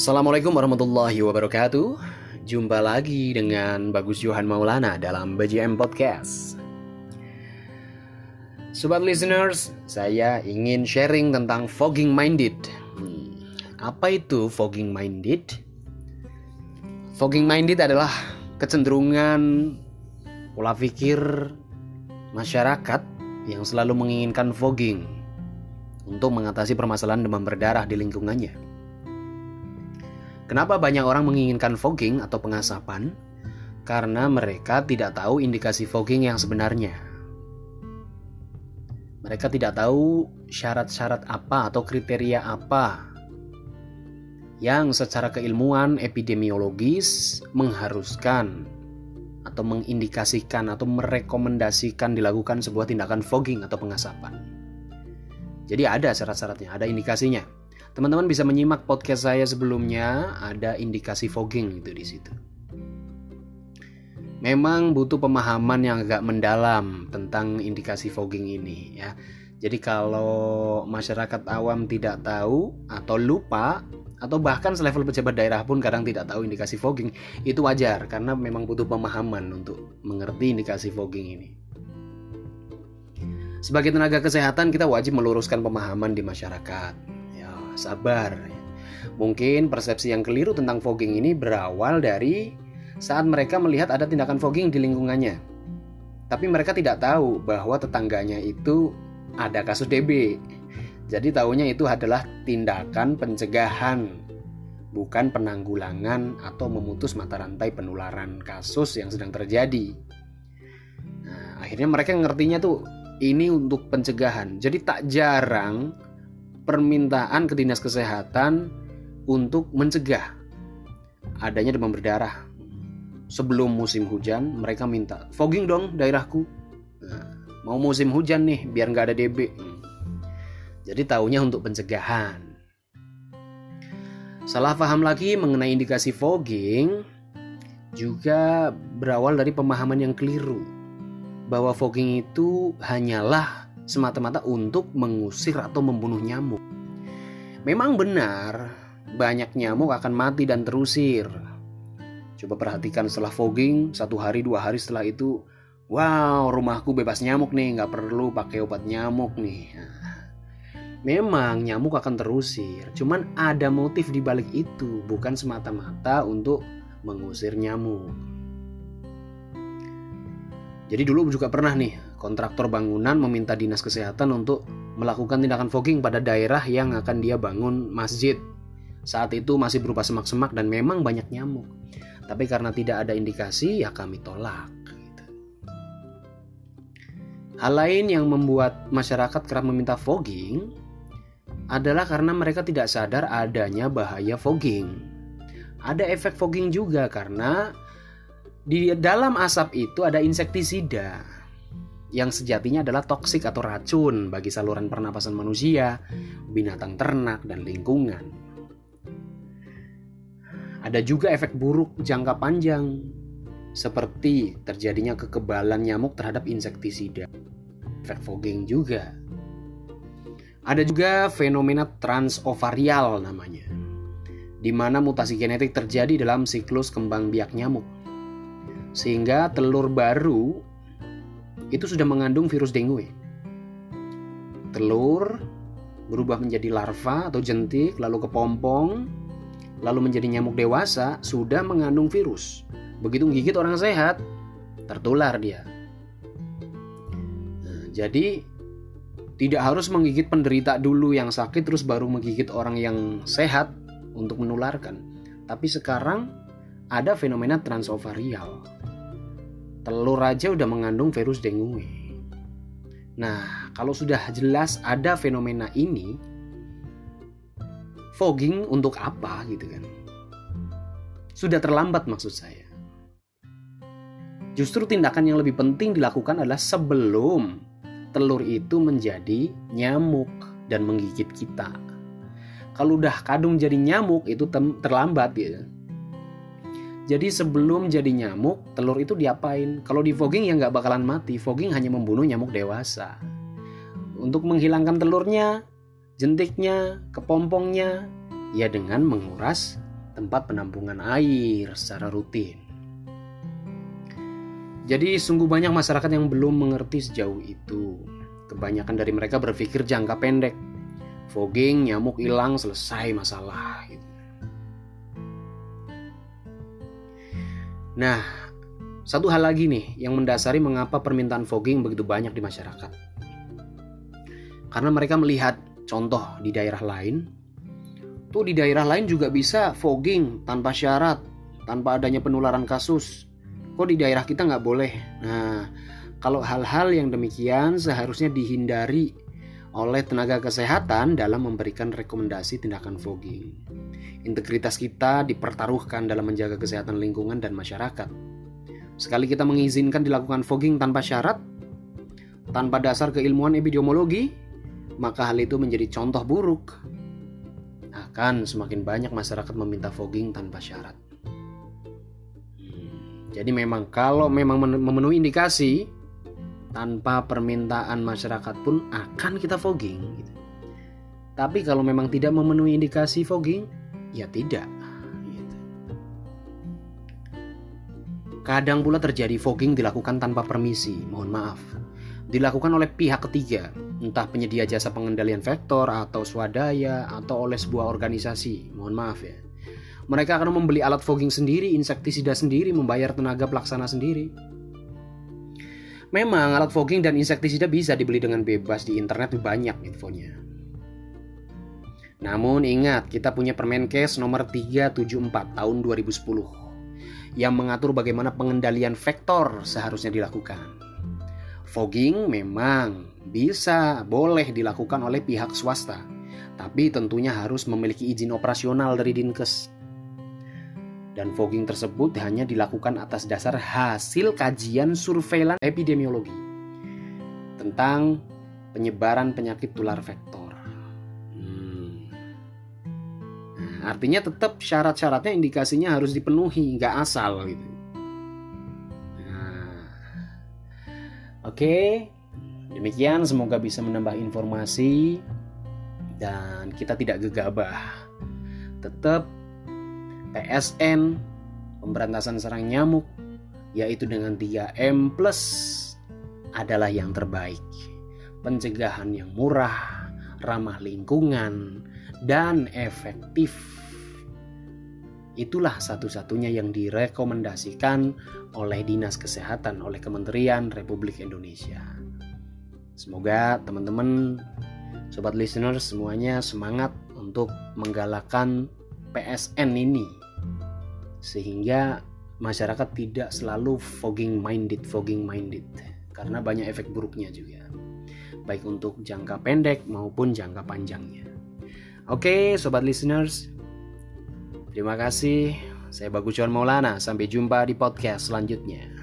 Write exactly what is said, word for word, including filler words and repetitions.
Assalamualaikum warahmatullahi wabarakatuh. Jumpa lagi dengan Bagus Johan Maulana dalam B J M Podcast. Sobat listeners, saya ingin sharing tentang fogging minded. hmm, Apa itu fogging minded? Fogging minded adalah kecenderungan pola pikir masyarakat yang selalu menginginkan fogging untuk mengatasi permasalahan demam berdarah di lingkungannya. Kenapa banyak orang menginginkan fogging atau pengasapan? Karena mereka tidak tahu indikasi fogging yang sebenarnya. Mereka tidak tahu syarat-syarat apa atau kriteria apa yang secara keilmuan epidemiologis mengharuskan atau mengindikasikan atau merekomendasikan dilakukan sebuah tindakan fogging atau pengasapan. Jadi ada syarat-syaratnya, ada indikasinya. Teman-teman bisa menyimak podcast saya sebelumnya, ada indikasi fogging itu di situ. Memang butuh pemahaman yang agak mendalam tentang indikasi fogging ini ya. Jadi kalau masyarakat awam tidak tahu atau lupa atau bahkan selevel pejabat daerah pun kadang tidak tahu indikasi fogging, itu wajar karena memang butuh pemahaman untuk mengerti indikasi fogging ini. Sebagai tenaga kesehatan kita wajib meluruskan pemahaman di masyarakat. Sabar. Mungkin persepsi yang keliru tentang fogging ini berawal dari saat mereka melihat ada tindakan fogging di lingkungannya. Tapi mereka tidak tahu bahwa tetangganya itu ada kasus D B. Jadi taunya itu adalah tindakan pencegahan, bukan penanggulangan atau memutus mata rantai penularan kasus yang sedang terjadi. Nah, akhirnya mereka ngertinya tuh ini untuk pencegahan. Jadi tak jarang permintaan ke dinas kesehatan untuk mencegah adanya demam berdarah. Sebelum musim hujan mereka minta fogging dong daerahku. Nah, mau musim hujan nih biar gak ada D B. Jadi taunya untuk pencegahan. Salah paham lagi mengenai indikasi fogging juga berawal dari pemahaman yang keliru bahwa fogging itu hanyalah semata-mata untuk mengusir atau membunuh nyamuk. Memang benar, banyak nyamuk akan mati dan terusir. Coba perhatikan setelah fogging, satu hari dua hari setelah itu, wow, rumahku bebas nyamuk nih, gak perlu pakai obat nyamuk nih. Memang nyamuk akan terusir, cuman ada motif di balik itu, bukan semata-mata untuk mengusir nyamuk. Jadi dulu juga pernah nih kontraktor bangunan meminta dinas kesehatan untuk melakukan tindakan fogging pada daerah yang akan dia bangun masjid. Saat itu masih berupa semak-semak dan memang banyak nyamuk. Tapi karena tidak ada indikasi ya kami tolak. Hal lain yang membuat masyarakat kerap meminta fogging adalah karena mereka tidak sadar adanya bahaya fogging. Ada efek fogging juga karena di dalam asap itu ada insektisida yang sejatinya adalah toksik atau racun bagi saluran pernapasan manusia, binatang ternak, dan lingkungan. Ada juga efek buruk jangka panjang seperti terjadinya kekebalan nyamuk terhadap insektisida. Efek fogging juga. Ada juga fenomena transovarial namanya, di mana mutasi genetik terjadi dalam siklus kembang biak nyamuk. Sehingga telur baru itu sudah mengandung virus dengue. Telur berubah menjadi larva atau jentik, lalu kepompong, lalu menjadi nyamuk dewasa, sudah mengandung virus. Begitu menggigit orang sehat, tertular dia. Nah, jadi tidak harus menggigit penderita dulu yang sakit terus baru menggigit orang yang sehat untuk menularkan. Tapi sekarang ada fenomena transovarial. Telur aja udah mengandung virus dengue. Nah, kalau sudah jelas ada fenomena ini, fogging untuk apa gitu kan? Sudah terlambat maksud saya. Justru tindakan yang lebih penting dilakukan adalah sebelum telur itu menjadi nyamuk dan menggigit kita. Kalau udah kadung jadi nyamuk itu terlambat ya. Jadi sebelum jadi nyamuk, telur itu diapain? Kalau di fogging ya nggak bakalan mati. Fogging hanya membunuh nyamuk dewasa. Untuk menghilangkan telurnya, jentiknya, kepompongnya, ya dengan menguras tempat penampungan air secara rutin. Jadi sungguh banyak masyarakat yang belum mengerti sejauh itu. Kebanyakan dari mereka berpikir jangka pendek. Fogging, nyamuk hilang, selesai masalah gitu. Nah, satu hal lagi nih yang mendasari mengapa permintaan fogging begitu banyak di masyarakat. Karena mereka melihat contoh di daerah lain, tuh di daerah lain juga bisa fogging tanpa syarat, tanpa adanya penularan kasus. Kok di daerah kita nggak boleh? Nah, kalau hal-hal yang demikian seharusnya dihindari oleh tenaga kesehatan dalam memberikan rekomendasi tindakan fogging. Integritas kita dipertaruhkan dalam menjaga kesehatan lingkungan dan masyarakat. Sekali kita mengizinkan dilakukan fogging tanpa syarat, tanpa dasar keilmuan epidemiologi, maka hal itu menjadi contoh buruk. Akan semakin banyak masyarakat meminta fogging tanpa syarat. Hmm, jadi memang kalau memang memenuhi indikasi, tanpa permintaan masyarakat pun akan kita fogging gitu. Tapi kalau memang tidak memenuhi indikasi fogging, ya tidak gitu. Kadang pula terjadi fogging dilakukan tanpa permisi, mohon maaf. Dilakukan oleh pihak ketiga, entah penyedia jasa pengendalian vektor atau swadaya atau oleh sebuah organisasi, mohon maaf ya. Mereka akan membeli alat fogging sendiri, insektisida sendiri, membayar tenaga pelaksana sendiri. Memang alat fogging dan insektisida bisa dibeli dengan bebas di internet, banyak infonya. Namun ingat, kita punya Permenkes nomor tiga tujuh empat tahun dua ribu sepuluh yang mengatur bagaimana pengendalian vektor seharusnya dilakukan. Fogging memang bisa, boleh dilakukan oleh pihak swasta, tapi tentunya harus memiliki izin operasional dari Dinkes. Dan fogging tersebut hanya dilakukan atas dasar hasil kajian surveilan epidemiologi tentang penyebaran penyakit tular vektor. Hmm. Nah, artinya tetap syarat-syaratnya, indikasinya harus dipenuhi, nggak asal gitu. Nah, oke, okay. Demikian, semoga bisa menambah informasi dan kita tidak gegabah. Tetap P S N, pemberantasan serang nyamuk, yaitu dengan tiga M plus adalah yang terbaik. Pencegahan yang murah, ramah lingkungan, dan efektif. Itulah satu-satunya yang direkomendasikan oleh Dinas Kesehatan, oleh Kementerian Republik Indonesia. Semoga teman-teman, sobat listeners semuanya semangat untuk menggalakkan P S N ini, sehingga masyarakat tidak selalu fogging minded, fogging minded, karena banyak efek buruknya juga, baik untuk jangka pendek maupun jangka panjangnya. Oke, sobat listeners, terima kasih. Saya Bagus John Maulana. Sampai jumpa di podcast selanjutnya.